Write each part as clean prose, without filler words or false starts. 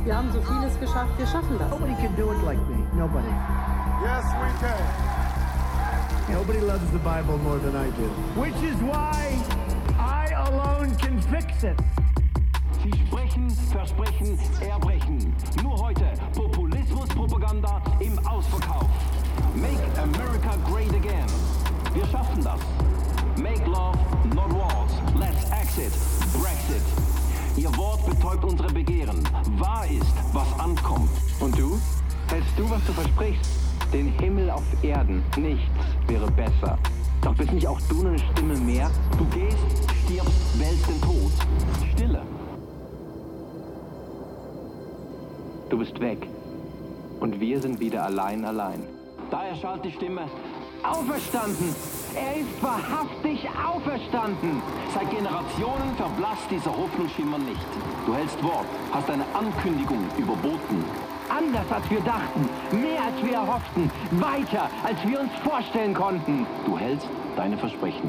Wir haben so vieles geschafft, wir schaffen das. Nobody can do it like me. Nobody. Yes, we can. Nobody loves the Bible more than I do. Which is why I alone can fix it. Sie sprechen, versprechen, erbrechen. Nur heute Populismus-Propaganda im Ausverkauf. Make America great again. Wir schaffen das. Make love, not wars. Let's exit. Brexit. Ihr Wort betäubt unsere Begehren. Wahr ist, was ankommt. Und du? Hältst du, was du versprichst? Den Himmel auf Erden. Nichts wäre besser. Doch bist nicht auch du eine Stimme mehr? Du gehst, stirbst, wählst den Tod. Stille. Du bist weg. Und wir sind wieder allein. Da erschallt die Stimme. Auferstanden! Er ist wahrhaftig auferstanden! Seit Generationen verblasst dieser Hoffnungsschimmer nicht. Du hältst Wort, hast eine Ankündigung überboten. Anders als wir dachten, mehr als wir erhofften, weiter als wir uns vorstellen konnten. Du hältst deine Versprechen.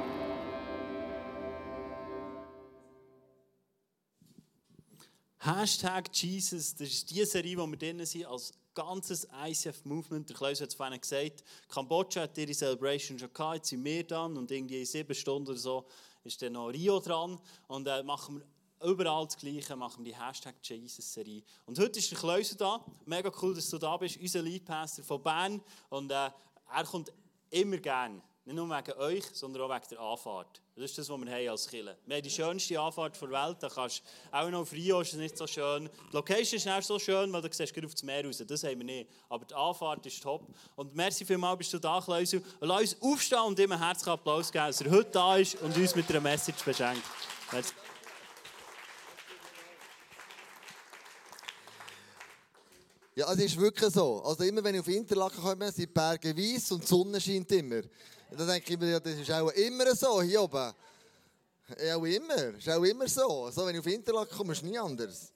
#Jesus, das ist die Serie, wo wir drin sind, als ganzes ICF-Movement. Der Klaus hat es vorhin gesagt, Kambodscha hat ihre Celebration schon gehabt, jetzt sind wir dann und irgendwie in 7 Stunden oder so ist dann noch Rio dran und machen wir überall das Gleiche, machen wir die #Jesus-Serie. Und heute ist der Klaus da, mega cool, dass du da bist, unser Leadpastor von Bern und er kommt immer gerne. Nicht nur wegen euch, sondern auch wegen der Anfahrt. Das ist das, was wir haben als Kirche. Wir haben die schönste Anfahrt der Welt. Da kannst auch noch auf Rio ist es nicht so schön. Die Location ist nicht so schön, weil du siehst auf das Meer raus. Das haben wir nicht. Aber die Anfahrt ist top. Und merci vielmals, bist du da, Klaus. Lass uns aufstehen und ihm einen herzlichen Applaus geben, dass er heute da ist und uns mit einer Message beschenkt. Merci. Ja, es ist wirklich so. Also immer, wenn ich auf Interlaken komme, sind die Berge weiss und die Sonne scheint immer. Da denke ich mir, ja, das ist auch immer so hier oben. Ja, auch immer. Das ist auch immer so. Also, wenn ich auf Interlaken komme, ist es nie anders.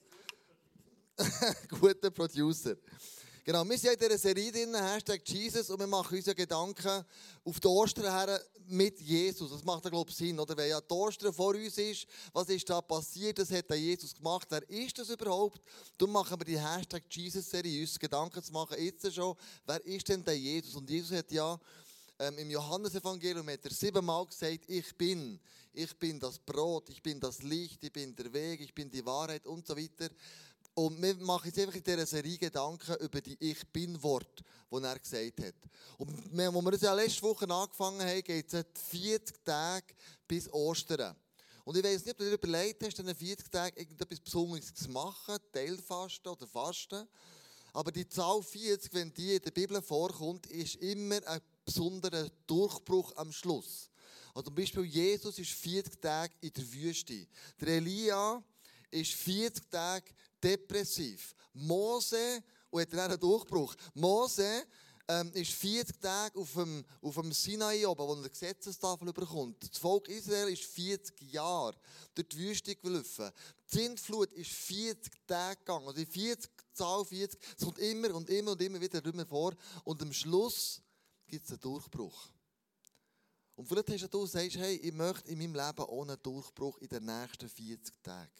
Guter Producer. Genau, wir sind in dieser Serie drin, #Jesus, und wir machen uns ja Gedanken auf die Ostern her mit Jesus. Das macht, glaube ich, Sinn, oder? Wenn ja die Ostern vor uns ist, was ist da passiert, das hat Jesus gemacht, wer ist das überhaupt? Darum machen wir die #Jesus-Serie, uns Gedanken zu machen, jetzt schon, wer ist denn der Jesus? Und Jesus hat ja im Johannesevangelium hat er 7-mal gesagt, ich bin das Brot, ich bin das Licht, ich bin der Weg, ich bin die Wahrheit und so weiter. Und wir machen jetzt einfach in dieser Serie Gedanken über die Ich-Bin-Wort, die er gesagt hat. Und wo wir das ja letzte Woche angefangen haben, geht es 40 Tage bis Ostern. Und ich weiss nicht, ob du dir überlegt hast, in diesen 40 Tagen irgendetwas Besonderes zu machen, Teilfasten oder Fasten. Aber die Zahl 40, wenn die in der Bibel vorkommt, ist immer ein besonderer Durchbruch am Schluss. Also zum Beispiel Jesus ist 40 Tage in der Wüste. Der Elia ist 40 Tage depressiv. Mose, und hat dann einen Durchbruch. Mose ist 40 Tage auf dem Sinai oben, wo er eine Gesetzestafel bekommt. Das Volk Israel ist 40 Jahre durch die Wüste gelaufen. Die Sintflut ist 40 Tage gegangen. Also die Zahl 40, es kommt immer und immer und immer wieder vor. Und am Schluss gibt es einen Durchbruch. Und vielleicht hast du sagst, hey, ich möchte in meinem Leben auch einen Durchbruch in den nächsten 40 Tagen.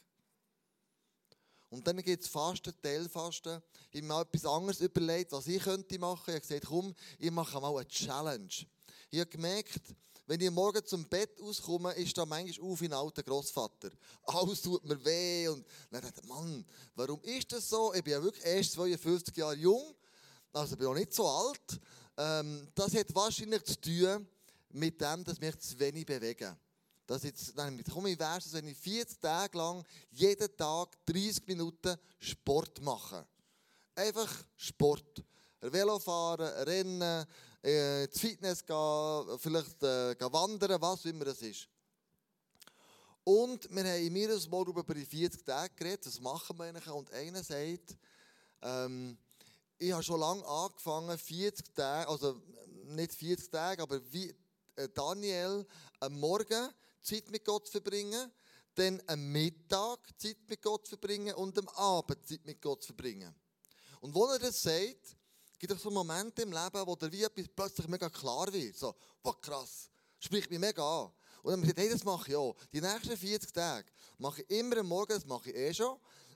Und dann gibt es Fasten, Teilfasten. Ich habe mir mal etwas anderes überlegt, was ich könnte machen. Ich habe gesagt, komm, ich mache mal eine Challenge. Ich habe gemerkt, wenn ich morgen zum Bett auskomme, ist da manchmal auf wie ein alter Grossvater. Alles tut mir weh. Und dann dachte ich, Mann, warum ist das so? Ich bin ja wirklich erst 52 Jahre jung, also bin auch nicht so alt. Das hat wahrscheinlich zu tun mit dem, dass mich zu wenig bewegen. Dann komme ich wär's, wenn ich 40 Tage lang jeden Tag 30 Minuten Sport mache. Einfach Sport. Velo fahren, rennen, ins Fitness gehen, vielleicht wandern, was immer es ist. Und wir haben in mir morgen über die 40 Tage geredet, das machen wir eigentlich. Und einer sagt, ich habe schon lange angefangen, 40 Tage, also nicht 40 Tage, aber wie Daniel am Morgen Zeit mit Gott verbringen, dann am Mittag Zeit mit Gott verbringen und am Abend Zeit mit Gott verbringen. Und wo er das sagt, gibt es so Momente im Leben, wo der wie etwas plötzlich mega klar wird. So, wow, krass, spricht mich mega an. Und dann habe ich gesagt, hey, das mache ich auch. Die nächsten 40 Tage mache ich immer am Morgen, das mache ich schon,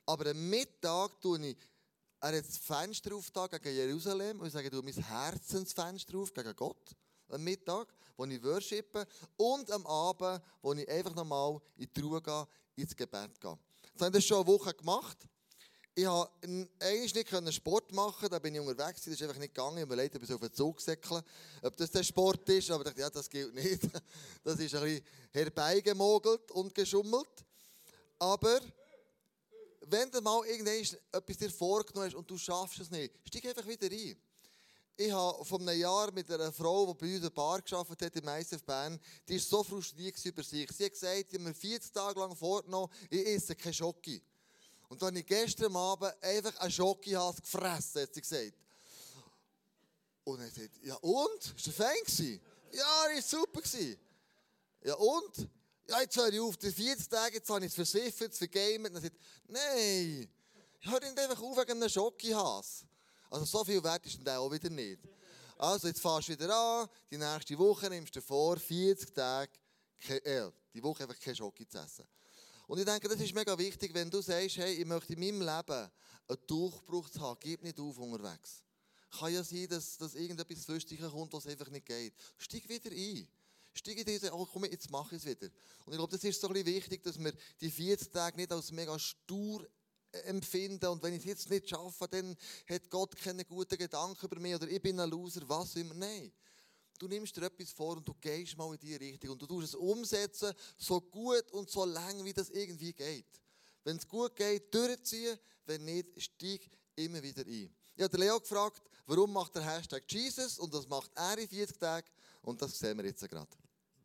Aber am Mittag tue ich, er hat das Fenster aufgetan gegen Jerusalem und ich sage, ich tue mein Herzensfenster auf gegen Gott. Am Mittag, wo ich worshipe, und am Abend, wo ich einfach nochmal in die Ruhe gehe, ins Gebet gehe. Das habe ich schon eine Woche gemacht. Ich konnte eigentlich nicht Sport machen, da bin ich unterwegs, das ist einfach nicht gegangen. Ich habe mir überlegt, ob ich auf den Zug säckle, ob das der Sport ist, aber ich dachte, ja, das gilt nicht. Das ist ein bisschen herbeigemogelt und geschummelt. Aber wenn du mal irgendwann etwas dir vorgenommen hast und du schaffst es nicht, steig einfach wieder ein. Ich habe vor einem Jahr mit einer Frau, die bei uns in der Bar gearbeitet hat, im ICF Bern, die war so frustriert über sich. Sie hat gesagt, ich habe mir 40 Tage lang vorgenommen, ich esse keine Schoki. Und dann habe ich gestern Abend einfach einen Schoki-Hass gefressen, hat sie gesagt. Und er sagt, ja und? Ist der fein gewesen? Ja, er war super gewesen. Ja und? Ja, jetzt höre ich auf, die 40 Tage, jetzt habe ich es versiffert, es vergamet. Und er sagt, nein, hör nicht einfach auf wegen einem Schoki-Hass. Also so viel wert ist dann auch wieder nicht. Also jetzt fährst du wieder an, die nächste Woche nimmst du vor, 40 Tage, die Woche einfach keine Schoki zu essen. Und ich denke, das ist mega wichtig, wenn du sagst, hey, ich möchte in meinem Leben einen Durchbruch zu haben, gib nicht auf unterwegs. Kann ja sein, dass irgendetwas zwischendurch kommt, was einfach nicht geht. Steig wieder ein. Steig in diese, oh komm, jetzt mache ich es wieder. Und ich glaube, das ist so ein bisschen wichtig, dass wir die 40 Tage nicht als mega stur empfinden. Und wenn ich es jetzt nicht schaffe, dann hat Gott keine guten Gedanken über mich oder ich bin ein Loser, was immer. Nein. Du nimmst dir etwas vor und du gehst mal in diese Richtung. Und du tust es umsetzen, so gut und so lang, wie das irgendwie geht. Wenn es gut geht, durchziehen. Wenn nicht, steig immer wieder ein. Ich habe Leo gefragt, warum macht der Hashtag Jesus und was macht er in 40 Tagen? Und das sehen wir jetzt gerade.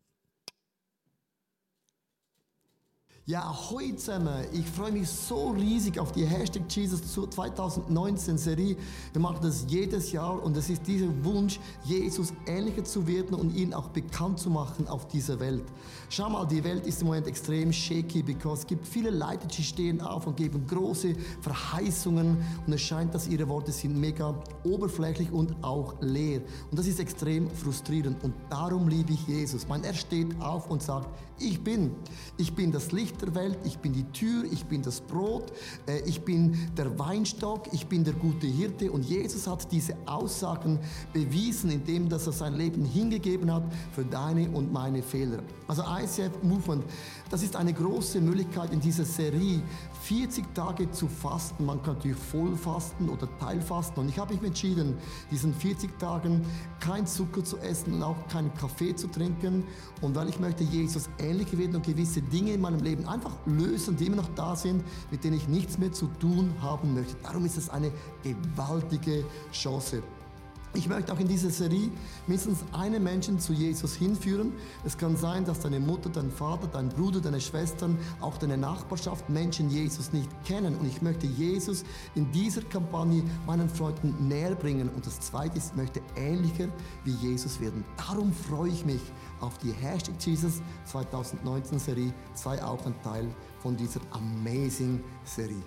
Ja, ahoi zusammen. Ich freue mich so riesig auf die Hashtag Jesus 2019 Serie. Wir machen das jedes Jahr und es ist dieser Wunsch, Jesus ähnlicher zu werden und ihn auch bekannt zu machen auf dieser Welt. Schau mal, die Welt ist im Moment extrem shaky, because es gibt viele Leute, die stehen auf und geben große Verheißungen und es scheint, dass ihre Worte sind mega oberflächlich und auch leer. Und das ist extrem frustrierend und darum liebe ich Jesus. Er steht auf und sagt, ich bin das Licht der Welt, ich bin die Tür, ich bin das Brot, ich bin der Weinstock, ich bin der gute Hirte. Und Jesus hat diese Aussagen bewiesen, indem dass er sein Leben hingegeben hat für deine und meine Fehler. Also ICF Movement, das ist eine große Möglichkeit in dieser Serie, 40 Tage zu fasten. Man kann natürlich Vollfasten oder Teilfasten. Und ich habe mich entschieden, diesen 40 Tagen kein Zucker zu essen und auch keinen Kaffee zu trinken. Und weil ich möchte Jesus ähnlich werden und gewisse Dinge in meinem Leben einfach lösen, die immer noch da sind, mit denen ich nichts mehr zu tun haben möchte. Darum ist es eine gewaltige Chance. Ich möchte auch in dieser Serie mindestens einen Menschen zu Jesus hinführen. Es kann sein, dass deine Mutter, dein Vater, dein Bruder, deine Schwestern, auch deine Nachbarschaft Menschen Jesus nicht kennen. Und ich möchte Jesus in dieser Kampagne meinen Freunden näher bringen. Und das Zweite ist, ich möchte ähnlicher wie Jesus werden. Darum freue ich mich auf die Hashtag Jesus 2019 Serie. Sei auch ein Teil von dieser amazing Serie.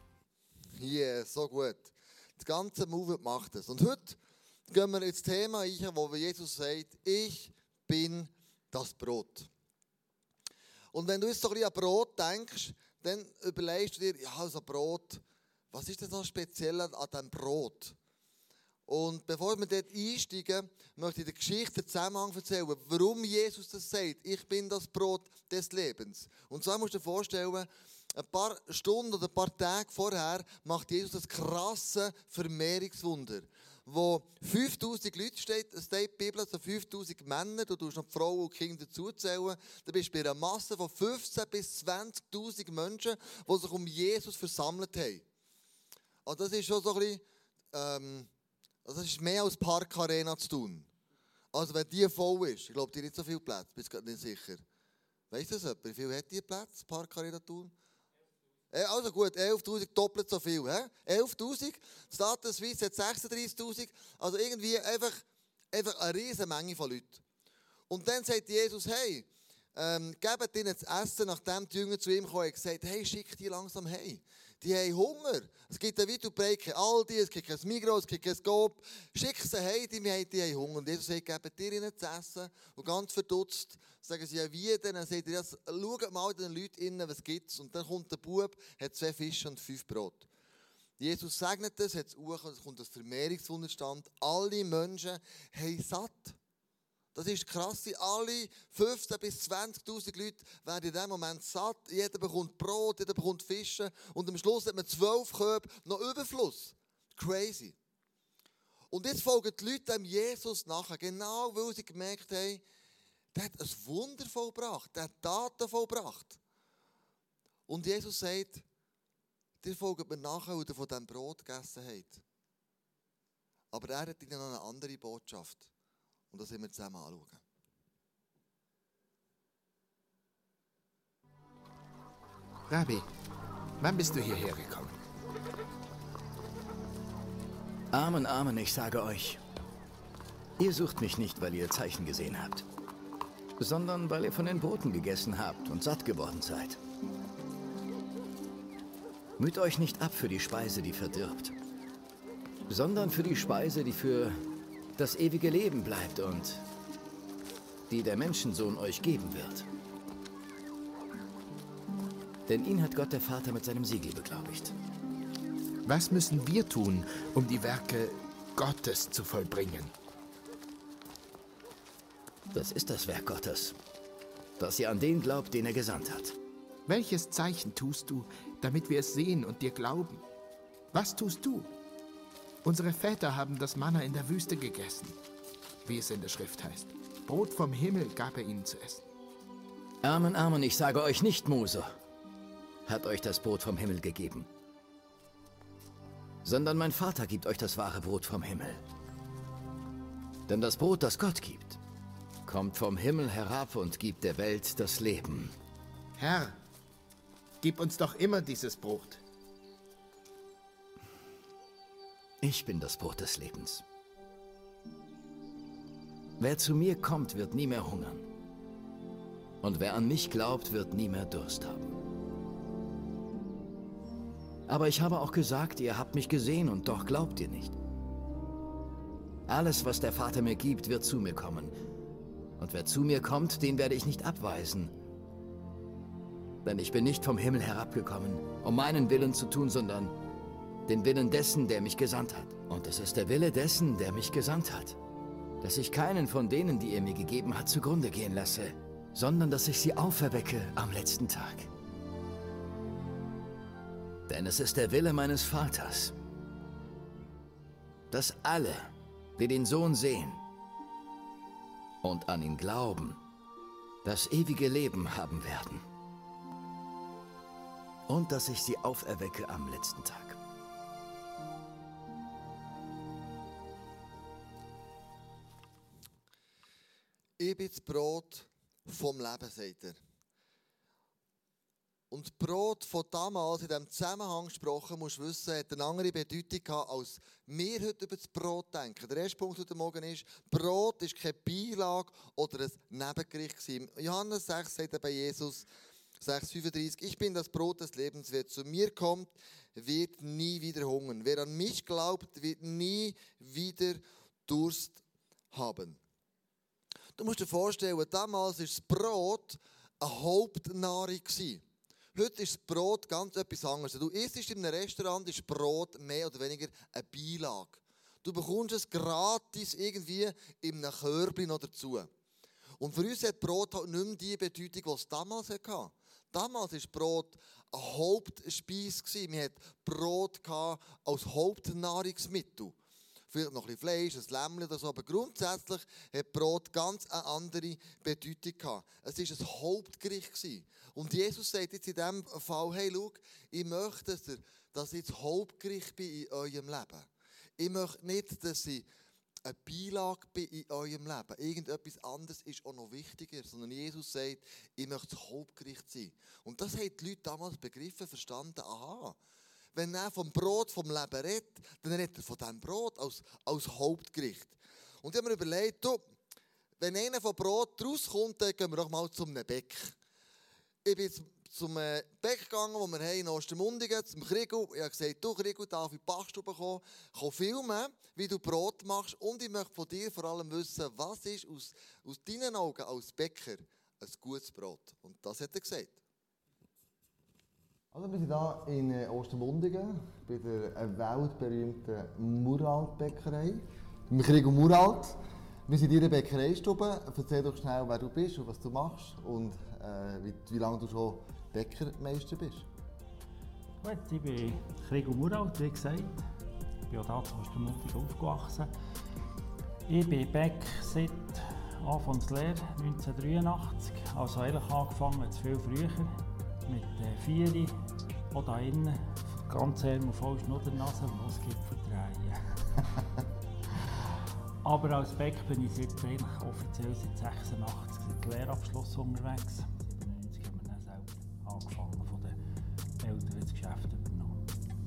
Yeah, so gut. Das ganze Movement macht es. Und heute gehen wir ins Thema ein, wo Jesus sagt, ich bin das Brot. Und wenn du jetzt so ein bisschen an Brot denkst, dann überlegst du dir, ja, also Brot, was ist denn so speziell an diesem Brot? Und bevor wir dort einsteigen, möchte ich die Geschichte, den Zusammenhang erzählen, warum Jesus das sagt, ich bin das Brot des Lebens. Und zwar musst du dir vorstellen, ein paar Stunden oder ein paar Tage vorher macht Jesus das krasse Vermehrungswunder, wo 5000 Leute steht die Bibel, also 5000 Männer, du tust noch Frauen und Kinder dazuzählen, dann bist du bei einer Masse von 15.000 bis 20.000 Menschen, die sich um Jesus versammelt haben. Also das ist schon so ein bisschen, das ist mehr als Parkarena zu tun. Also wenn die voll ist, ich glaube, die hat nicht so viele Plätze, bin ich gerade nicht sicher. Weißt du das jemand? Wie viel hat die Plätze, Parkarena tun? Also gut, 11'000 doppelt so viel. 11'000, Stade Suisse hat 36'000, also irgendwie einfach eine riesige Menge von Leuten. Und dann sagt Jesus, hey, gebt ihnen zu essen, nachdem die Jünger zu ihm kamen, und gesagt, hey, schick die langsam heim. die haben Hunger. Es gibt ein weit und breit kein Aldi, es gibt kein Migros, es gibt kein Coop. Schick sie heim, die haben Hunger. Und Jesus sagt, gebt dir ihnen zu essen. Und ganz verdutzt sagen sie, ja wie denn? Dann sagt er, schaut mal den Leuten innen, was gibt es. Und dann kommt der Bub, hat 2 Fische und 5 Brot. Jesus segnet es, hat es hoch, es kommt das Vermehrungswunder stand. Alle Menschen haben satt. Das ist krass. Alle 15.000 bis 20.000 Leute werden in diesem Moment satt. Jeder bekommt Brot, jeder bekommt Fische. Und am Schluss hat man 12 Körbe noch Überfluss. Crazy. Und jetzt folgen die Leute dem Jesus nachher. Genau weil sie gemerkt haben, der hat ein Wunder vollbracht. Der hat Taten vollbracht. Und Jesus sagt, ihr folgt mir nachher, weil ihr von diesem Brot gegessen habt. Aber er hat ihnen noch eine andere Botschaft. Und das werden wir zusammen anschauen. Rabbi, wann bist du hierher gekommen? Amen, Amen, ich sage euch. Ihr sucht mich nicht, weil ihr Zeichen gesehen habt, sondern weil ihr von den Broten gegessen habt und satt geworden seid. Müht euch nicht ab für die Speise, die verdirbt, sondern für die Speise, die für das ewige Leben bleibt und die der Menschensohn euch geben wird. Denn ihn hat Gott der Vater mit seinem Siegel beglaubigt. Was müssen wir tun, um die Werke Gottes zu vollbringen? Das ist das Werk Gottes, dass ihr an den glaubt, den er gesandt hat. Welches Zeichen tust du, damit wir es sehen und dir glauben? Was tust du? Unsere Väter haben das Manna in der Wüste gegessen, wie es in der Schrift heißt. Brot vom Himmel gab er ihnen zu essen. Amen, Amen, ich sage euch nicht, Mose hat euch das Brot vom Himmel gegeben, sondern mein Vater gibt euch das wahre Brot vom Himmel. Denn das Brot, das Gott gibt, kommt vom Himmel herab und gibt der Welt das Leben. Herr, gib uns doch immer dieses Brot. Ich bin das Brot des Lebens. Wer zu mir kommt, wird nie mehr hungern. Und wer an mich glaubt, wird nie mehr Durst haben. Aber ich habe auch gesagt, ihr habt mich gesehen und doch glaubt ihr nicht. Alles, was der Vater mir gibt, wird zu mir kommen. Und wer zu mir kommt, den werde ich nicht abweisen. Denn ich bin nicht vom Himmel herabgekommen, um meinen Willen zu tun, sondern den Willen dessen, der mich gesandt hat. Und es ist der Wille dessen, der mich gesandt hat, dass ich keinen von denen, die er mir gegeben hat, zugrunde gehen lasse, sondern dass ich sie auferwecke am letzten Tag. Denn es ist der Wille meines Vaters, dass alle, die den Sohn sehen und an ihn glauben, das ewige Leben haben werden. Und dass ich sie auferwecke am letzten Tag. Ich bin das Brot vom Leben, sagt er. Und das Brot von damals, in diesem Zusammenhang gesprochen, musst du wissen, hat eine andere Bedeutung gehabt, als wir heute über das Brot denken. Der erste Punkt heute Morgen ist, Brot ist keine Beilage oder ein Nebengericht. In Johannes 6 sagt er bei Jesus, 6,35, ich bin das Brot des Lebens, wer zu mir kommt, wird nie wieder hungern. Wer an mich glaubt, wird nie wieder Durst haben. Du musst dir vorstellen, damals war das Brot eine Hauptnahrung. Heute ist das Brot ganz etwas anderes. Du isst in einem Restaurant, ist Brot mehr oder weniger eine Beilage. Du bekommst es gratis irgendwie in einem Körbchen noch dazu. Und für uns hat Brot halt nicht mehr die Bedeutung, die es damals hatte. Damals war Brot eine Hauptspeise. Wir hatten Brot als Hauptnahrungsmittel. Vielleicht noch ein bisschen Fleisch, ein Lämmchen oder so, aber grundsätzlich hat Brot ganz eine andere Bedeutung gehabt. Es war ein Hauptgericht. Und Jesus sagt jetzt in diesem Fall, hey, schau, ich möchte, dass ich das Hauptgericht bin in eurem Leben. Ich möchte nicht, dass ich eine Beilage bin in eurem Leben. Irgendetwas anderes ist auch noch wichtiger, sondern Jesus sagt, ich möchte das Hauptgericht sein. Und das haben die Leute damals begriffen, verstanden, aha. Wenn er vom Brot vom Leben redet, dann redet er von diesem Brot als Hauptgericht. Und ich habe mir überlegt, du, wenn einer von Brot rauskommt, dann gehen wir doch mal zu einem Bäck. Ich bin zum Bäck gegangen, wo wir haben in Ostermundigen, zum Kriegel. Ich habe gesagt, du Kriegel, darf in die Bachstube kommen, filmen, wie du Brot machst. Und ich möchte von dir vor allem wissen, was ist aus deinen Augen als Bäcker ein gutes Brot? Und das hat er gesagt. Also wir sind hier in Ostermundigen bei der weltberühmten Muralt-Bäckerei. Im Kriegel Muralt. Wir sind in deiner Bäckereistube. Erzähl doch schnell, wer du bist und was du machst und wie lange du schon Bäckermeister bist. Gut, ich bin Kriegel Muralt, wie gesagt. Ich bin auch hier zu Ostermundigen aufgewachsen. Ich bin Bäck seit Anfangslehre 1983. Also eigentlich angefangen viel früher, mit 4, auch hier innen, ganz arm voll Schnuddernase und Nussgipfel drehen. Aber als Bäck bin ich eigentlich offiziell seit 86, seit Lehrabschluss unterwegs. 1997 haben wir dann selber angefangen, von den Eltern das Geschäft übernommen.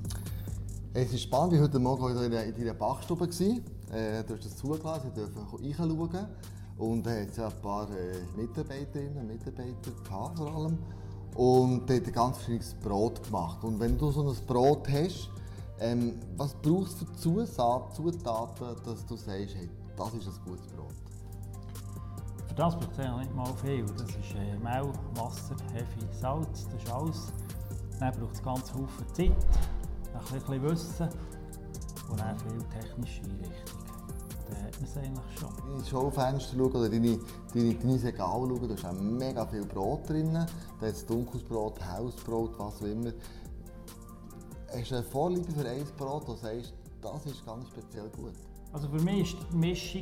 Es ist spannend, ich war heute Morgen in deiner Bachstube. Du hast das zugelassen, sie dürfen reinschauen. Und da hat es ja ein paar Mitarbeiterinnen und Mitarbeiter gehabt, vor allem. Und die haben ein ganz verschiedenes Brot gemacht. Und wenn du so ein Brot hast, was brauchst du für Zutaten, dass du sagst, hey, das ist ein gutes Brot? Für das braucht es eigentlich nicht mal viel. Das ist Mehl, Wasser, Hefe, Salz, das ist alles. Dann braucht es ganz viel Zeit, ein bisschen Wissen und dann viel technische Einrichtung. Dann hat man es eigentlich schon. Deine Schaufenster schauen oder deine Regal schauen, da ist auch mega viel Brot drin. Da ist dunkles Brot, helles Brot, was auch immer. Hast du eine Vorliebe für ein Brot, das sagst, das ist ganz speziell gut? Also für mich ist die Mischung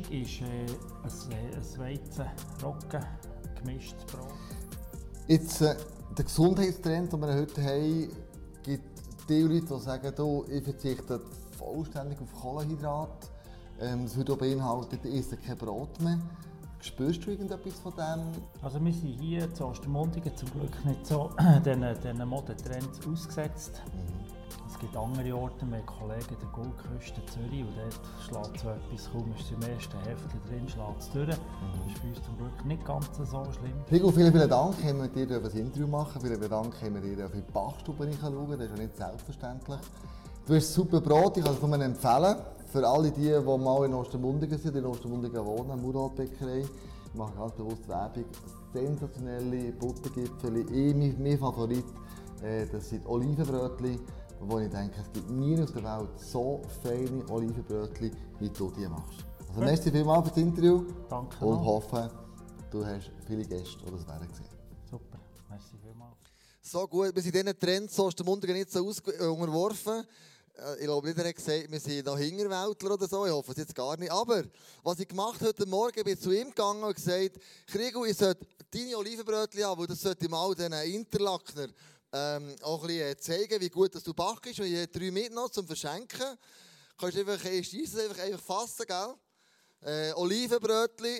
ein Weizen-Roggen gemischtes Brot. Jetzt, der Gesundheitstrend, den wir heute haben, gibt die Leute, die sagen, ich verzichte vollständig auf Kohlenhydrate. Das wird auch beinhalten, ich esse kein Brot mehr. Spürst du irgendetwas von dem? Also wir sind hier zu Ostermundigen zum Glück nicht so diesen Modetrends ausgesetzt. Es gibt andere Orte, wir haben Kollegen in der Goldküste Zürich und dort schlägt so etwas, kaum ist es im ersten Heftchen drin, schlägt es durch. Das ist für uns zum Glück nicht ganz so schlimm. Rico, vielen Dank, haben wir dir ein Interview machen. Vielen Dank, haben wir dir auf die Bachstube reinschauen. Das ist ja nicht selbstverständlich. Du hast super Brot, ich kann es nur empfehlen. Für alle die mal in Ostermundigen sind, in Ostermundigen wohnen, Muralt-Bäckerei. Ich mache ganz bewusst Werbung. Sensationelle Buttergipfel. Mein Favorit, das sind Olivenbrötchen. Wo ich denke, es gibt nie auf der Welt so feine Olivenbrötchen, wie du die machst. Also merci vielmals für das Interview. Danke. Und hoffe, du hast viele Gäste, die das werden sehen. Super, merci vielmals. So gut, wir sind diesen Trends so Ostermundigen nicht so unterworfen. Ich glaube, jeder hat gesagt, wir sind noch Hinterwäldler oder so. Ich hoffe es jetzt gar nicht. Aber was ich gemacht habe heute Morgen, bin ich zu ihm gegangen und gesagt, Kriegel, ich sollte deine Olivenbrötchen haben, weil das sollte ich mal diesen Interlakener auch ein bisschen zeigen, wie gut dass du backst. Und ich habe 3 mitgenommen zum Verschenken. Du kannst einfach fassen, gell? Olivenbrötchen,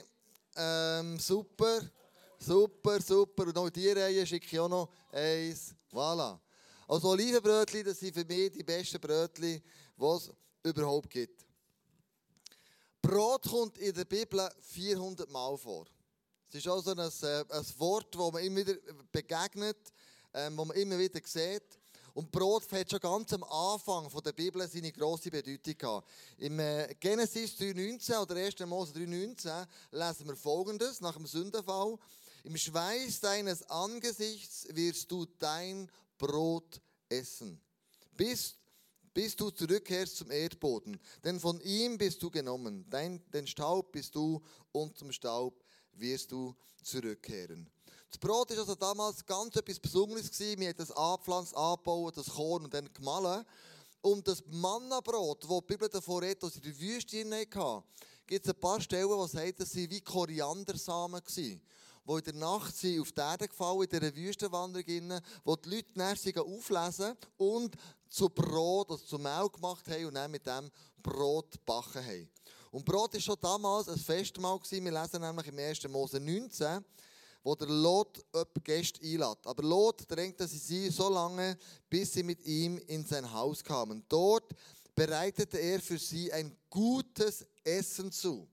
super. Und noch in diese Reihe schicke ich auch noch eins. Voilà. Also Olivenbrötchen, das sind für mich die besten Brötchen, die es überhaupt gibt. Brot kommt in der Bibel 400 Mal vor. Es ist also ein Wort, das man immer wieder begegnet, wo man immer wieder sieht. Und Brot hat schon ganz am Anfang der Bibel seine grosse Bedeutung gehabt. Im Genesis 3,19 oder 1. Mose 3,19 lesen wir Folgendes nach dem Sündenfall. Im Schweiß deines Angesichts wirst du dein Brot essen, bis du zurückkehrst zum Erdboden. Denn von ihm bist du genommen. Den Staub bist du und zum Staub wirst du zurückkehren. Das Brot war also damals ganz etwas Besonderes. Wir haben das angepflanzt, angebaut, das Korn und dann gemahlen. Und das Mannabrot, das die Bibel davon redet, das sie in der Wüste hatten, gibt es ein paar Stellen, die sagen, dass sie wie Koriandersamen waren, die in der Nacht auf die Erde gefallen, in dieser Wüstenwanderung, wo die Leute nachher auflesen und zu Brot, also zu Mehl gemacht haben und dann mit dem Brot gebacken haben. Und Brot war schon damals ein Festmahl. Wir lesen nämlich im 1. Mose 19, wo der Lot Gäste einlädt. Aber Lot drängte sie so lange, bis sie mit ihm in sein Haus kamen. Dort bereitete er für sie ein gutes Essen zu,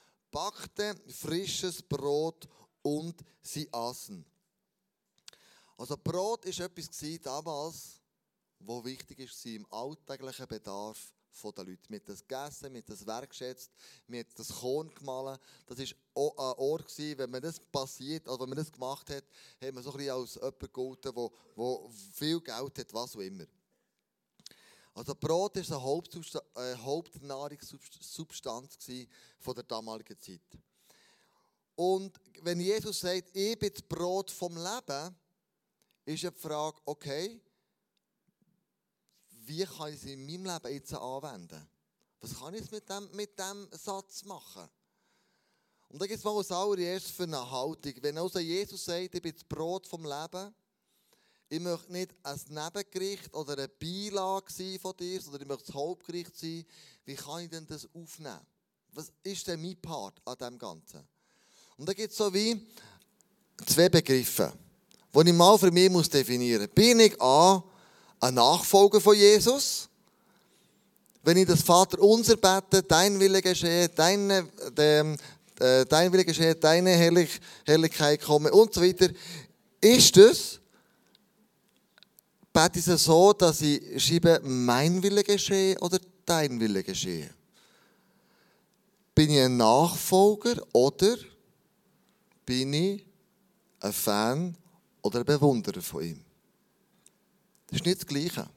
backte frisches Brot und sie aßen. Also Brot war etwas damals, was wichtig war im alltäglichen Bedarf der Leute. Wir haben das gegessen, wir haben das wertgeschätzt, wir haben das Korn gemahlen. Das war auch ein Ort, wenn man das passiert, also wenn man das gemacht hat, hat man so ein bisschen als jemand gegolten, der viel Geld hat, was auch immer. Also Brot war eine Hauptnahrungssubstanz von der damaligen Zeit. Und wenn Jesus sagt, ich bin das Brot vom Leben, ist ja die Frage, okay, wie kann ich es in meinem Leben jetzt anwenden? Was kann ich mit dem Satz machen? Und da gibt es mal als allererstes für eine Haltung. Wenn also Jesus sagt, ich bin das Brot vom Leben, ich möchte nicht ein Nebengericht oder eine Beilage sein von dir, sondern ich möchte das Hauptgericht sein, wie kann ich denn das aufnehmen? Was ist denn mein Part an dem Ganzen? Und da gibt es so wie zwei Begriffe, die ich mal für mich definieren muss. Bin ich ein Nachfolger von Jesus? Wenn ich das Vater unser bete, dein Wille geschehe, dein Wille geschehe, deine Herrlichkeit komme und so weiter, ist das, bete ich es so, dass ich schreibe, mein Wille geschehe oder dein Wille geschehe? Bin ich ein Nachfolger oder bin ich ein Fan oder ein Bewunderer von ihm? Das ist nicht das Gleiche.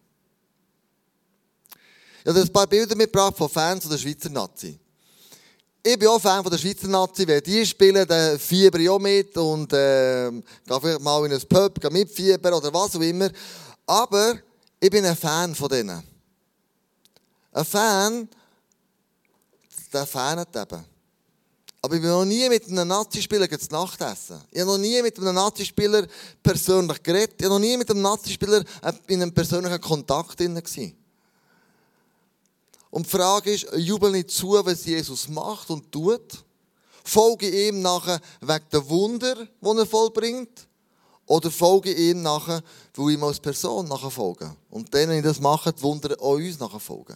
Ich habe ein paar Bilder mitgebracht von Fans der Schweizer Nazi. Ich bin auch Fan von der Schweizer Nazi. Wenn die spielen, dann fieber ich auch mit und gehe vielleicht mal in ein Pub, gehe mitfiebern oder was auch immer. Aber ich bin ein Fan von denen. Ein Fan, der fanet eben. Aber ich bin noch nie mit einem Nazi-Spieler zu Nacht essen. Ich habe noch nie mit einem Nazi-Spieler persönlich geredet. Ich habe noch nie mit einem Nazi-Spieler in einem persönlichen Kontakt drin gewesen. Und die Frage ist, jubel nicht zu, was Jesus macht und tut? Folge ihm nachher wegen der Wunder, die er vollbringt? Oder folge ihm nachher, weil ich ihm als Person nachher folge? Und dann, wenn ich das mache, die Wunder auch uns nachher folgen.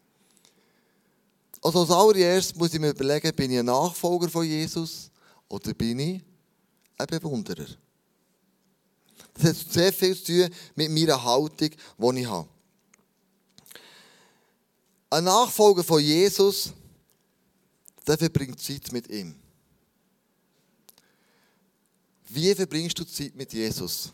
Also als allererstes muss ich mir überlegen, bin ich ein Nachfolger von Jesus oder bin ich ein Bewunderer? Das hat sehr viel zu tun mit meiner Haltung, die ich habe. Ein Nachfolger von Jesus, der verbringt Zeit mit ihm. Wie verbringst du Zeit mit Jesus?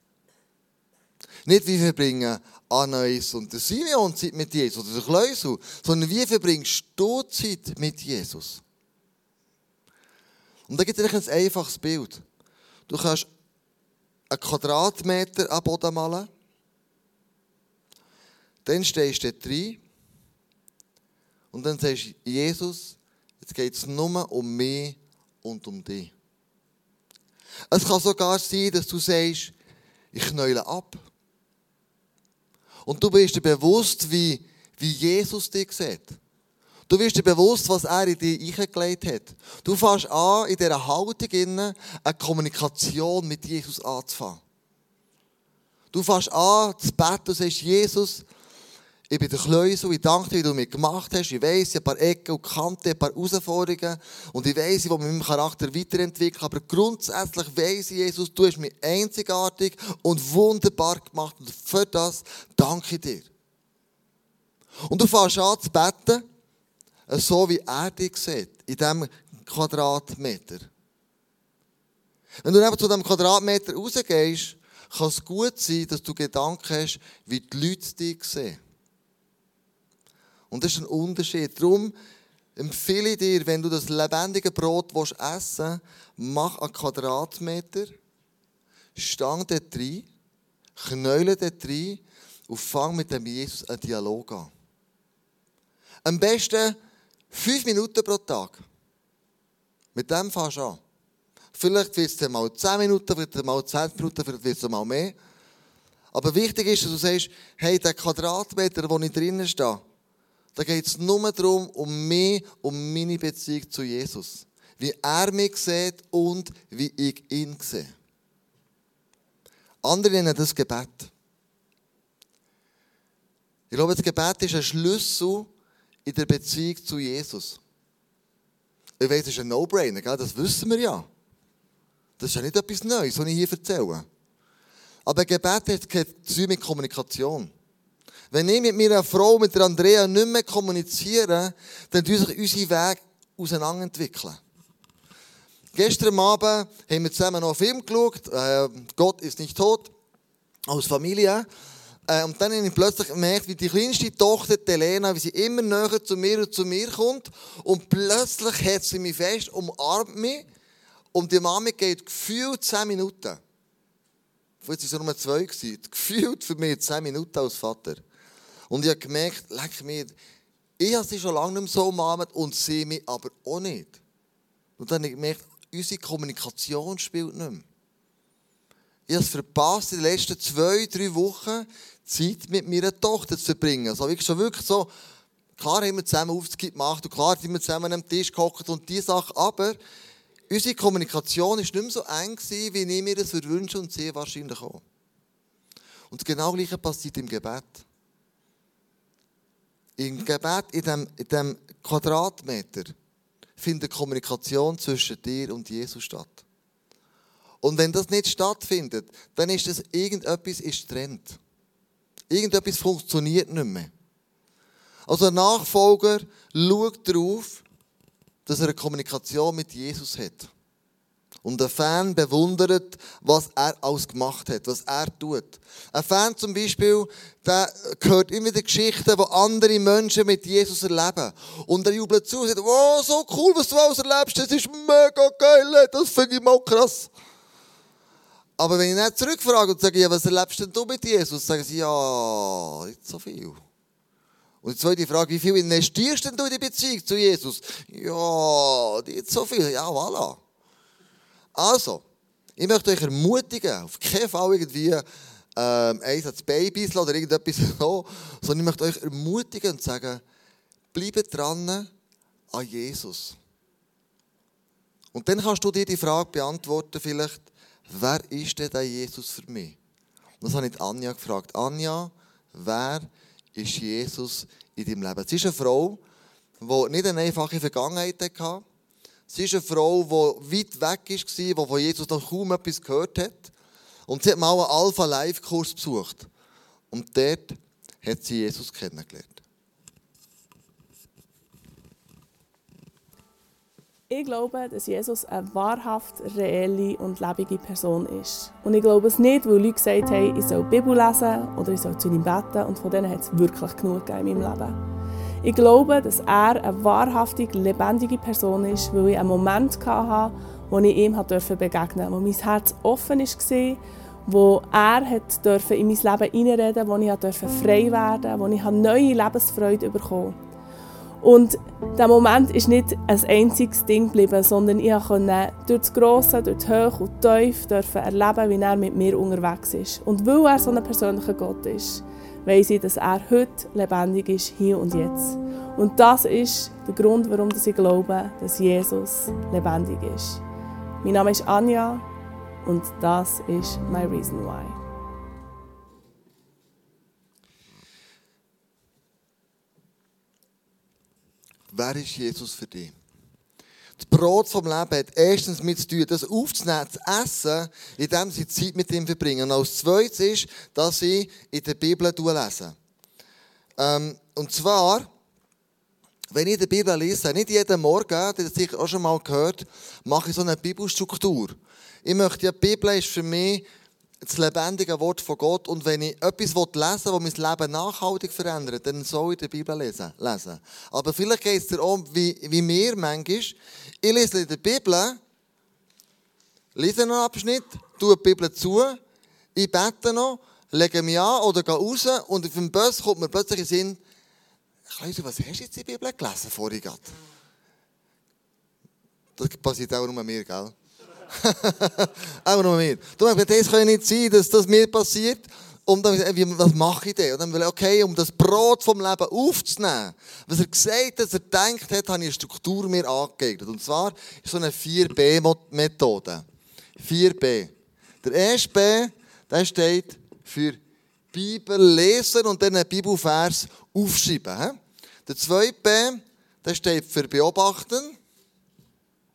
Nicht wie verbringen Anais und der Simeon Zeit mit Jesus oder der Kleusel, sondern wie verbringst du Zeit mit Jesus? Und da gibt es ein einfaches Bild. Du kannst einen Quadratmeter am Boden malen, dann stehst du dort rein und dann sagst du, Jesus, jetzt geht es nur um mich und um dich. Es kann sogar sein, dass du sagst, ich knäule ab. Und du bist dir bewusst, wie Jesus dich sieht. Du bist dir bewusst, was er in dich eingelegt hat. Du fängst an, in dieser Haltung eine Kommunikation mit Jesus anzufangen. Du fängst an, zu beten und sagst, Jesus, ich bin der Kleusel, ich danke dir, wie du mich gemacht hast. Ich weiss, ich habe ein paar Ecken und Kanten, ein paar Herausforderungen. Und ich weiss, ich will meinen Charakter weiterentwickeln. Aber grundsätzlich weiss ich, Jesus, du hast mich einzigartig und wunderbar gemacht. Und für das danke ich dir. Und du fängst an zu beten, so wie er dich sieht, in diesem Quadratmeter. Wenn du eben zu diesem Quadratmeter rausgehst, kann es gut sein, dass du Gedanken hast, wie die Leute dich sehen. Und das ist ein Unterschied. Darum empfehle ich dir, wenn du das lebendige Brot essen willst, mach einen Quadratmeter, stang dort rein, knäule dort rein und fang mit dem Jesus einen Dialog an. Am besten 5 Minuten pro Tag. Mit dem fängst du an. Vielleicht wird es dann mal 10 Minuten, vielleicht mal 20 Minuten, vielleicht wird es mal mehr. Aber wichtig ist, dass du sagst, hey, der Quadratmeter, wo ich drinnen stehe, da geht es nur darum, um mich, um meine Beziehung zu Jesus. Wie er mich sieht und wie ich ihn sehe. Andere nennen das Gebet. Ich glaube, das Gebet ist ein Schlüssel in der Beziehung zu Jesus. Ich weiß, das ist ein No-Brainer, das wissen wir ja. Das ist ja nicht etwas Neues, was ich hier erzähle. Aber Gebet hat zu tun mit Kommunikation. Wenn ich mit meiner Frau, mit der Andrea, nicht mehr kommuniziere, dann entwickeln sich unsere Wege auseinanderentwickeln. Gestern Abend haben wir zusammen noch einen Film geschaut, «Gott ist nicht tot», als Familie. Und dann habe ich plötzlich gemerkt, wie die kleinste Tochter, die Elena, wie sie immer näher zu mir und zu mir kommt. Und plötzlich hat sie mich fest, umarmt mich. Und die Mami geht gefühlt 10 Minuten. Vorher waren es nur 2 gewesen. Gefühlt für mich 10 Minuten als Vater. Und ich habe gemerkt, leck mich, ich habe sie schon lange nicht mehr so umarmt und sie mich aber auch nicht. Und dann habe ich gemerkt, unsere Kommunikation spielt nicht mehr. Ich habe es verpasst, in den letzten 2-3 Wochen Zeit mit meiner Tochter zu verbringen. Also wirklich so, klar haben wir zusammen Aufzug gemacht und klar sind wir zusammen am Tisch gehockt und diese Sache, aber unsere Kommunikation war nicht mehr so eng gewesen, wie ich mir das wünsche und sie wahrscheinlich auch. Und das genau Gleiche passiert im Gebet. Im Gebet, in diesem Quadratmeter, findet Kommunikation zwischen dir und Jesus statt. Und wenn das nicht stattfindet, dann ist das irgendetwas ist getrennt. Irgendetwas funktioniert nicht mehr. Also ein Nachfolger schaut darauf, dass er eine Kommunikation mit Jesus hat. Und ein Fan bewundert, was er alles gemacht hat, was er tut. Ein Fan zum Beispiel, der hört immer wieder Geschichten, die andere Menschen mit Jesus erleben. Und er jubelt zu und sagt, wow, so cool, was du alles erlebst, das ist mega geil, das finde ich mal krass. Aber wenn ich dann zurückfrage und sage, ja, was erlebst denn du mit Jesus? Sagen sie, ja, nicht so viel. Und die zweite Frage, wie viel investierst denn du in die Beziehung zu Jesus? Ja, nicht so viel. Ja, voilà. Also, ich möchte euch ermutigen, auf keinen Fall irgendwie eins als Babys oder irgendetwas so, sondern ich möchte euch ermutigen und sagen, bleibt dran an Jesus. Und dann kannst du dir die Frage beantworten vielleicht, wer ist denn der Jesus für mich? Und das habe ich Anja gefragt. Anja, wer ist Jesus in deinem Leben? Sie ist eine Frau, die nicht eine einfache Vergangenheit hatte. Sie ist eine Frau, die weit weg war, die von Jesus noch kaum etwas gehört hat. Und sie hat mal einen Alpha-Life-Kurs besucht. Und dort hat sie Jesus kennengelernt. Ich glaube, dass Jesus eine wahrhaft reelle und lebendige Person ist. Und ich glaube es nicht, weil Leute gesagt haben, ich soll die Bibel lesen oder ich soll zu ihm beten. Und von denen hat es wirklich genug gegeben in meinem Leben. Ich glaube, dass er eine wahrhaftig lebendige Person ist, weil ich einen Moment hatte, wo ich ihm begegnen durfte, wo mein Herz offen war, wo er in mein Leben hineinreden durfte, wo ich frei werden durfte, wo ich neue Lebensfreude bekommen habe. Und dieser Moment ist nicht ein einziges Ding geblieben, sondern ich konnte durch das Grosse, durch die Höhe und die Tiefe erleben, wie er mit mir unterwegs ist. Und weil er so ein persönlicher Gott ist, weiss ich, dass er heute lebendig ist, hier und jetzt. Und das ist der Grund, warum ich glaube, dass Jesus lebendig ist. Mein Name ist Anja und das ist my reason why. Wer ist Jesus für dich? Das Brot vom Leben hat erstens mit zu tun, das aufzunehmen, zu essen, indem sie Zeit mit ihm verbringen. Und als zweites ist, dass sie in der Bibel lesen. Und zwar, wenn ich in der Bibel lese, nicht jeden Morgen, das habt ihr sicher auch schon mal gehört, mache ich so eine Bibelstruktur. Ich möchte, ja, die Bibel ist für mich das lebendige Wort von Gott. Und wenn ich etwas lesen will, das mein Leben nachhaltig verändert, dann soll ich die Bibel lesen. Aber vielleicht geht es dir auch wie mir manchmal. Ich lese in der Bibel, lese einen Abschnitt, tue die Bibel zu, ich bete noch, lege mich an oder gehe raus und auf dem Bus kommt mir plötzlich in den Sinn, Klaus, was hast du jetzt in der Bibel gelesen vorhin gerade? Das passiert auch nur mir, gell? Auch nur mir. Das kann nicht sein, dass das mir passiert. Und dann, was mache ich denn? Und dann will ich, okay, um das Brot vom Leben aufzunehmen, was er gesagt hat, was er gedacht hat, habe ich eine Struktur mir angeeignet. Und zwar ist so eine 4B-Methode. 4B. Der erste B, der steht für Bibel lesen und dann einen Bibelvers aufschreiben. Der zweite B, der steht für beobachten.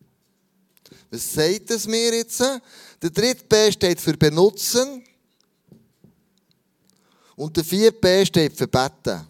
Was sagt es mir jetzt? Der dritte B steht für benutzen. Und der 4b steht für beten.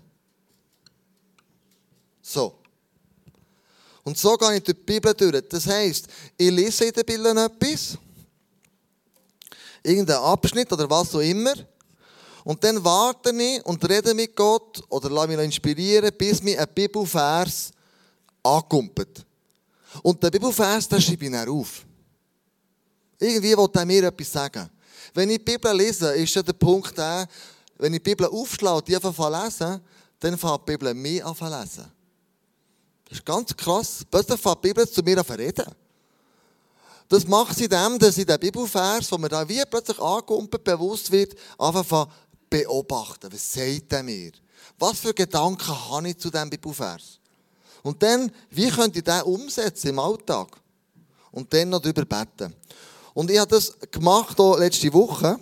So. Und so gehe ich durch die Bibel durch. Das heisst, ich lese in der Bibel etwas, irgendeinen Abschnitt oder was auch immer, und dann warte ich und rede mit Gott oder lasse mich inspirieren, bis mir ein Bibelvers ankumpelt. Und der Bibelvers, den schreibe ich dann auf. Irgendwie will er mir etwas sagen. Wenn ich die Bibel lese, ist ja der Punkt der, wenn ich die Bibel aufschlage und die einfach lesen, dann fängt die Bibel mich an zu lesen. Das ist ganz krass. Plötzlich fängt die Bibel zu mir an zu reden. Das macht sie dem, dass ich den Bibelvers, wo mir da wie plötzlich ankumpelt, bewusst wird, einfach beobachten. Was sagt er mir? Was für Gedanken habe ich zu diesem Bibelvers? Und dann, wie könnte ich den umsetzen im Alltag? Und dann noch darüber beten. Und ich habe das gemacht auch letzte Woche.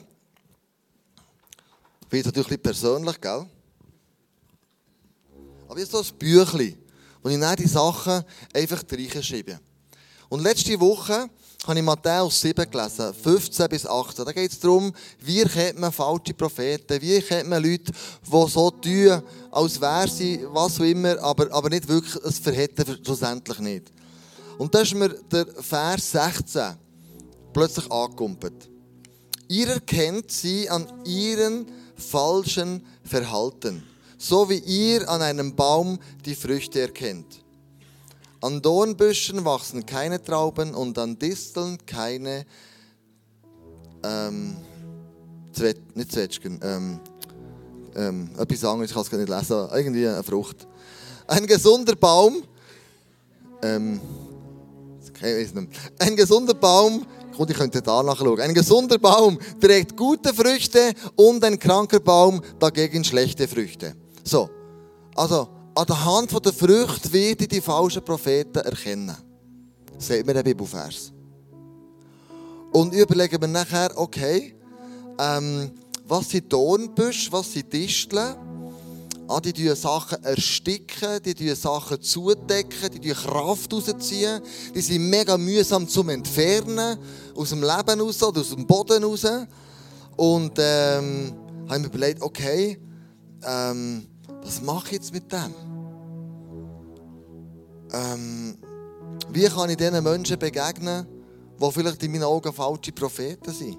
Wird natürlich ein bisschen persönlich, gell? Aber jetzt so ein Büchlein, wo ich dann die Sachen einfach reinschreibe. Und letzte Woche habe ich Matthäus 7 gelesen, 15 bis 18. Da geht es darum, wie erkennt man falsche Propheten, wie erkennt man Leute, die so tun, als wären sie was auch immer, aber nicht wirklich, es verhätten schlussendlich nicht. Und da ist mir der Vers 16 plötzlich angekumpelt. Ihr erkennt sie an ihren falschen Verhalten, so wie ihr an einem Baum die Früchte erkennt. An Dornbüschen wachsen keine Trauben und an Disteln keine nicht Zwetschgen, etwas anderes, ich kann es gar nicht lesen, irgendwie eine Frucht. Ein gesunder Baum, ein gesunder Baum, gut, ich könnte da nachschauen. Ein gesunder Baum trägt gute Früchte und ein kranker Baum dagegen schlechte Früchte. So, also an der Hand der Früchte werde ich die falschen Propheten erkennen. Sagt mir der Bibelvers. Und ich überlege mir nachher, okay, was sind Dornbüsche, was sind Disteln? Die tun Sachen ersticken, die tun Sachen zudecken, die tun Kraft rausziehen. Die sind mega mühsam zum Entfernen, aus dem Leben raus oder aus dem Boden raus. Und habe mir überlegt, okay, was mache ich jetzt mit dem? Wie kann ich diesen Menschen begegnen, die vielleicht in meinen Augen falsche Propheten sind?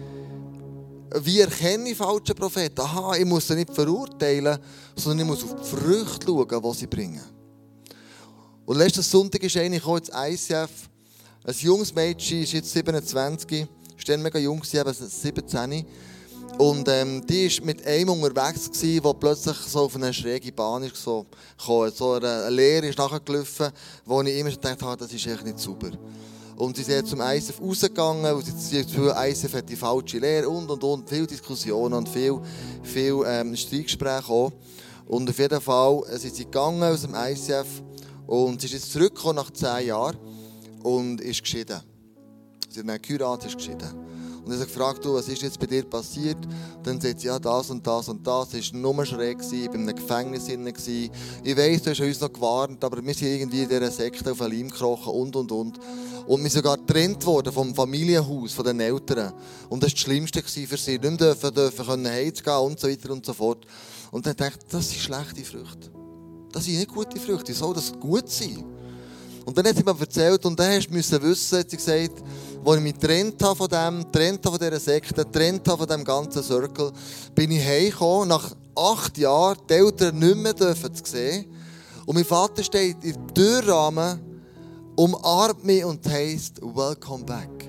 Wie erkenne ich falsche Propheten? Aha, ich muss sie nicht verurteilen, sondern ich muss auf die Früchte schauen, die sie bringen. Und letzten Sonntag ist eine ins ICF. Ein junges Mädchen, ist jetzt 27, ist dann mega jung, eben 17. Und die war mit einem unterwegs, der plötzlich so auf eine schräge Bahn ist gekommen. So eine Lehre ist nachgelaufen, wo ich immer gedacht habe, das ist echt nicht super. Und sie sind zum ICF rausgegangen, weil sie das Gefühl, ICF hat die falsche Lehre und. Viele Diskussionen und viel Streitgespräche auch. Und auf jeden Fall sind sie gegangen aus dem ICF und sie ist jetzt zurückgekommen nach 10 Jahren und ist geschieden. Sie hat dann geheiratet, ist geschieden. Und ich habe gefragt, was ist jetzt bei dir passiert? Und dann sagt sie, ja, das und das und das. Es war nur schräg, ich war in einem Gefängnis. Ich weiss, du hast uns noch gewarnt, aber wir sind irgendwie in dieser Sekte auf den Leim gekrochen und. Und wir sind sogar getrennt worden vom Familienhaus, von den Eltern. Und das war das Schlimmste für sie. Nicht mehr dürfen heimgehen und so weiter und so fort. Und dann dachte ich, das sind schlechte Früchte. Das sind nicht gute Früchte. Wie soll das gut sein? Und dann hat sie mir erzählt, und dann musste sie wissen, hat sie gesagt, als ich mich getrennt habe von dem, getrennt habe von dieser Sekte, getrennt habe von diesem ganzen Circle, bin ich heimgekommen, nach 8 Jahren, die Eltern nicht mehr dürfen zu sehen. Und mein Vater steht im Türrahmen, umarmt mich und heisst, welcome back.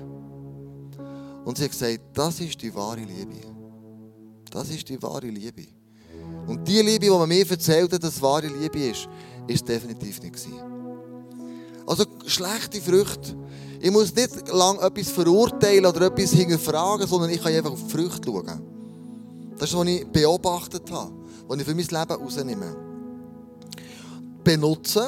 Und sie hat gesagt, das ist die wahre Liebe. Das ist die wahre Liebe. Und die Liebe, die man mir erzählt hat, dass es wahre Liebe ist, ist definitiv nicht gewesen. Also schlechte Früchte. Ich muss nicht lange etwas verurteilen oder etwas hinterfragen, sondern ich kann einfach auf die Früchte schauen. Das ist, was ich beobachtet habe, was ich für mein Leben rausnehme. Benutzen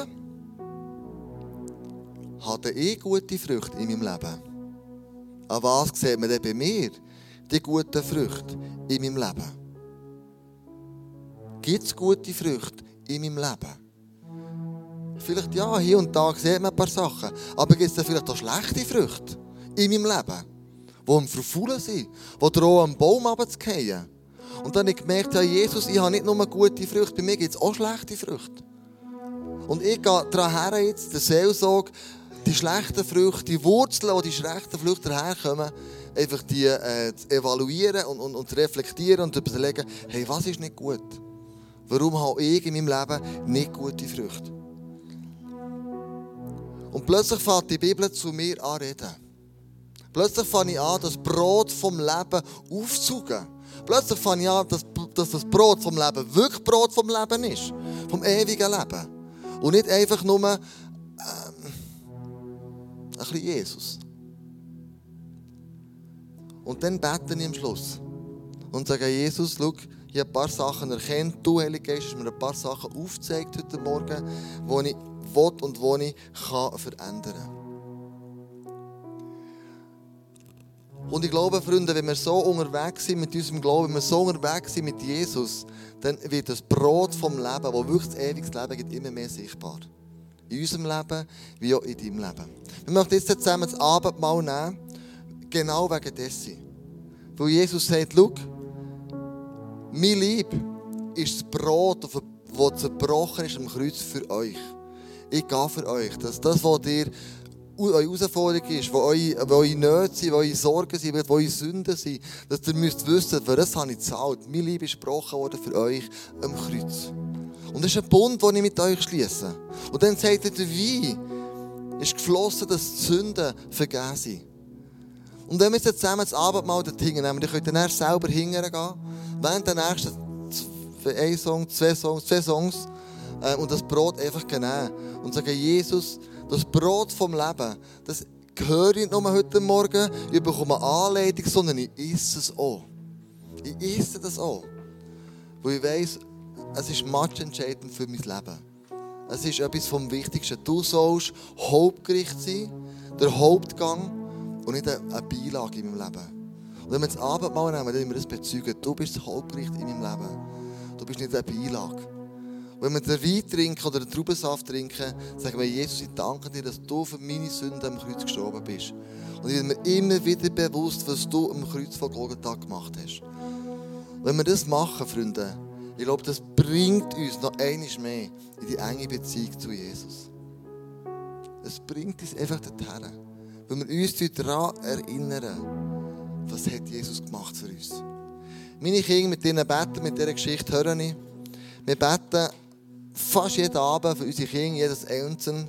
hatte ich gute Früchte in meinem Leben. An was sieht man denn bei mir die guten Früchte in meinem Leben? Gibt es gute Früchte in meinem Leben? Vielleicht ja, hier und da sieht man ein paar Sachen. Aber gibt es vielleicht auch schlechte Früchte in meinem Leben, die am Verfaulen sind, die drohen, am Baum runterzufallen? Und dann habe ich gemerkt, ja, Jesus, ich habe nicht nur gute Früchte, bei mir gibt es auch schlechte Früchte. Und ich gehe daran her, jetzt, der Seelsorge, die schlechten Früchte, die Wurzeln, wo die schlechten Früchte daherkommen, einfach die zu evaluieren und zu reflektieren und zu überlegen, hey, was ist nicht gut? Warum habe ich in meinem Leben nicht gute Früchte? Und plötzlich fängt die Bibel zu mir an reden. Plötzlich fange ich an, das Brot vom Leben aufzusaugen. Plötzlich fange ich an, dass das Brot vom Leben wirklich Brot vom Leben ist. Vom ewigen Leben. Und nicht einfach nur ein bisschen Jesus. Und dann bete ich am Schluss. Und sage, Jesus, schau, ich habe ein paar Sachen erkannt. Du, Heilige Geist, hast mir ein paar Sachen aufgezeigt heute Morgen, die ich will und die ich verändern kann. Und ich glaube, Freunde, wenn wir so unterwegs sind mit unserem Glauben, wenn wir so unterwegs sind mit Jesus, dann wird das Brot vom Leben, das wirklich das ewige Leben gibt, immer mehr sichtbar. In unserem Leben, wie auch in deinem Leben. Wir möchten jetzt zusammen das Abendmahl nehmen, genau wegen dessen. Weil Jesus sagt, schau, mein Leib ist das Brot, das zerbrochen ist am Kreuz für euch. Ich gehe für euch, dass das, was dir eure Herausforderung ist, wo eure Nöte sind, wo eure Sorgen sind, wo eure Sünden sind, dass ihr müsst wissen, für das habe ich gezahlt. Mein Leib ist gebrochen worden für euch am Kreuz. Und das ist ein Bund, den ich mit euch schließe. Und dann sagt er, der Wein ist geflossen, dass die Sünden vergeben sind. Und wenn wir jetzt zusammen das Abendmahl dort hinnehmen, dann könnt ihr dann selber hingehen gehen, während der nächsten 2 Songs und das Brot einfach nehmen und sagen, Jesus, das Brot vom Leben, das höre ich nicht nur heute Morgen, ich bekomme eine Anleitung, sondern ich esse es auch. Ich esse das auch. Weil ich weiss, es ist entscheidend für mein Leben. Es ist etwas vom Wichtigsten. Du sollst Hauptgericht sein, der Hauptgang und nicht eine Beilage in meinem Leben. Und wenn wir das Abendmahl nehmen, dann müssen wir das bezeugen. Du bist das Hauptgericht in meinem Leben. Du bist nicht eine Beilage. Wenn wir den Wein trinken oder den Traubensaft trinken, sagen wir, Jesus, ich danke dir, dass du für meine Sünden am Kreuz gestorben bist. Und ich bin mir immer wieder bewusst, was du am Kreuz von Golgatha gemacht hast. Wenn wir das machen, Freunde, ich glaube, das bringt uns noch einmal mehr in die enge Beziehung zu Jesus. Es bringt uns einfach dorthin. Wenn wir uns daran erinnern, was hat Jesus gemacht für uns. Meine Kinder, mit denen beten, mit dieser Geschichte hören ich. Wir beten fast jeden Abend für unsere Kinder, jedes Einzelne.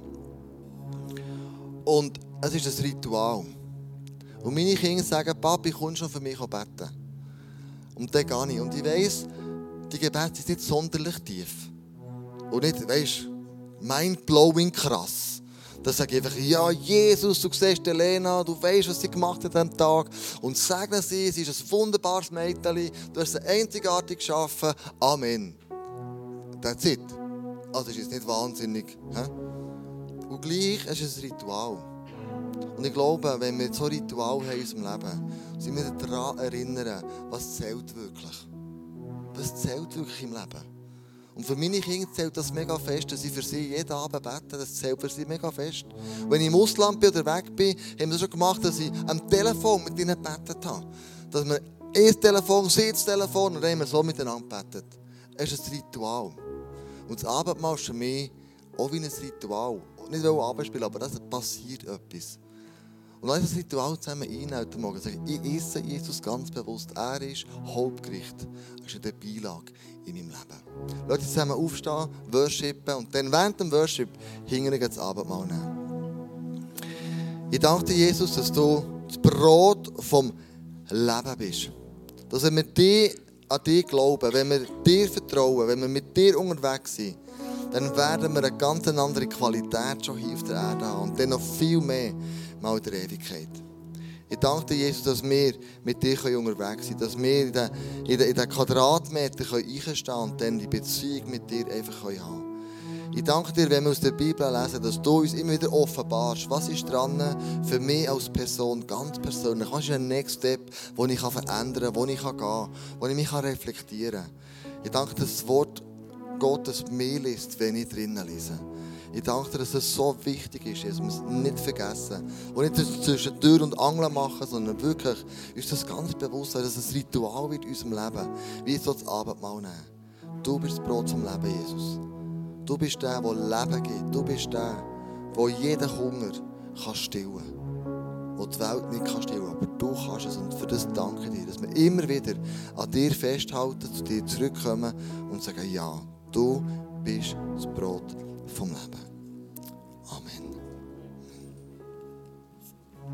Und es ist ein Ritual. Und meine Kinder sagen, Papi, kommst du schon für mich beten? Und dann gehe ich. Und ich weiss, die Gebete sind nicht sonderlich tief. Und nicht, weisst, mind-blowing krass. Dann sage ich einfach, ja, Jesus, du siehst Elena, du weißt, was sie gemacht hat an diesem Tag. Und segne sie ist ein wunderbares Mädchen, du hast sie einzigartig geschaffen. Amen. That's it. Also ist es nicht wahnsinnig. Und gleich ist es ein Ritual. Und ich glaube, wenn wir so ein Ritual haben in unserem Leben, sind wir daran erinnern, was zählt wirklich. Was zählt wirklich im Leben. Und für meine Kinder zählt das mega fest, dass ich für sie jeden Abend bete. Das zählt für sie mega fest. Wenn ich im Ausland bin oder weg bin, haben wir das schon gemacht, dass ich am Telefon mit ihnen gebetet habe. Dass wir ein Telefon, sie das Telefon und dann haben wir so miteinander gebetet. Es ist ein Ritual. Und das Abendmahl ist für mich auch wie ein Ritual. Nicht nur Abendspiel, aber das passiert etwas. Und lass das Ritual zusammen ein heute Morgen. Sagen, ich esse Jesus ganz bewusst. Er ist Hauptgericht. Er ist eine Beilage in meinem Leben. Lass uns zusammen aufstehen, worshipen und dann während dem Worship hingern das Abendmahl nehmen. Ich danke dir, Jesus, dass du das Brot vom Leben bist. Dass wenn wir an dich glauben, wenn wir dir vertrauen, wenn wir mit dir unterwegs sind, dann werden wir eine ganz andere Qualität schon hier auf der Erde haben und dann noch viel mehr mal in der Ewigkeit. Ich danke dir, Jesus, dass wir mit dir unterwegs sind, dass wir in den Quadratmeter einstehen können und dann die Beziehung mit dir einfach haben können. Ich danke dir, wenn wir aus der Bibel lesen, dass du uns immer wieder offenbarst, was ist dran für mich als Person, ganz persönlich. Was ist ein Next Step, den ich verändern kann, wo ich gehen kann, wo ich mich reflektieren kann. Ich danke dir, dass das Wort Gottes mehr liest, wenn ich drinnen lese. Ich danke dir, dass es so wichtig ist, dass wir es nicht vergessen. Und nicht das zwischen Tür und Angel machen, sondern wirklich uns das ganz bewusst sein, dass es ein Ritual wird in unserem Leben, wie so das Abendmahl nehmen. Du bist das Brot vom Leben, Jesus. Du bist der, der Leben gibt. Du bist der, der jeden Hunger kann stillen kann. Der die Welt nicht kann stillen kann, aber du kannst es. Und für das danke ich dir, dass wir immer wieder an dir festhalten, zu dir zurückkommen und sagen, ja, du bist das Brot vom Leben.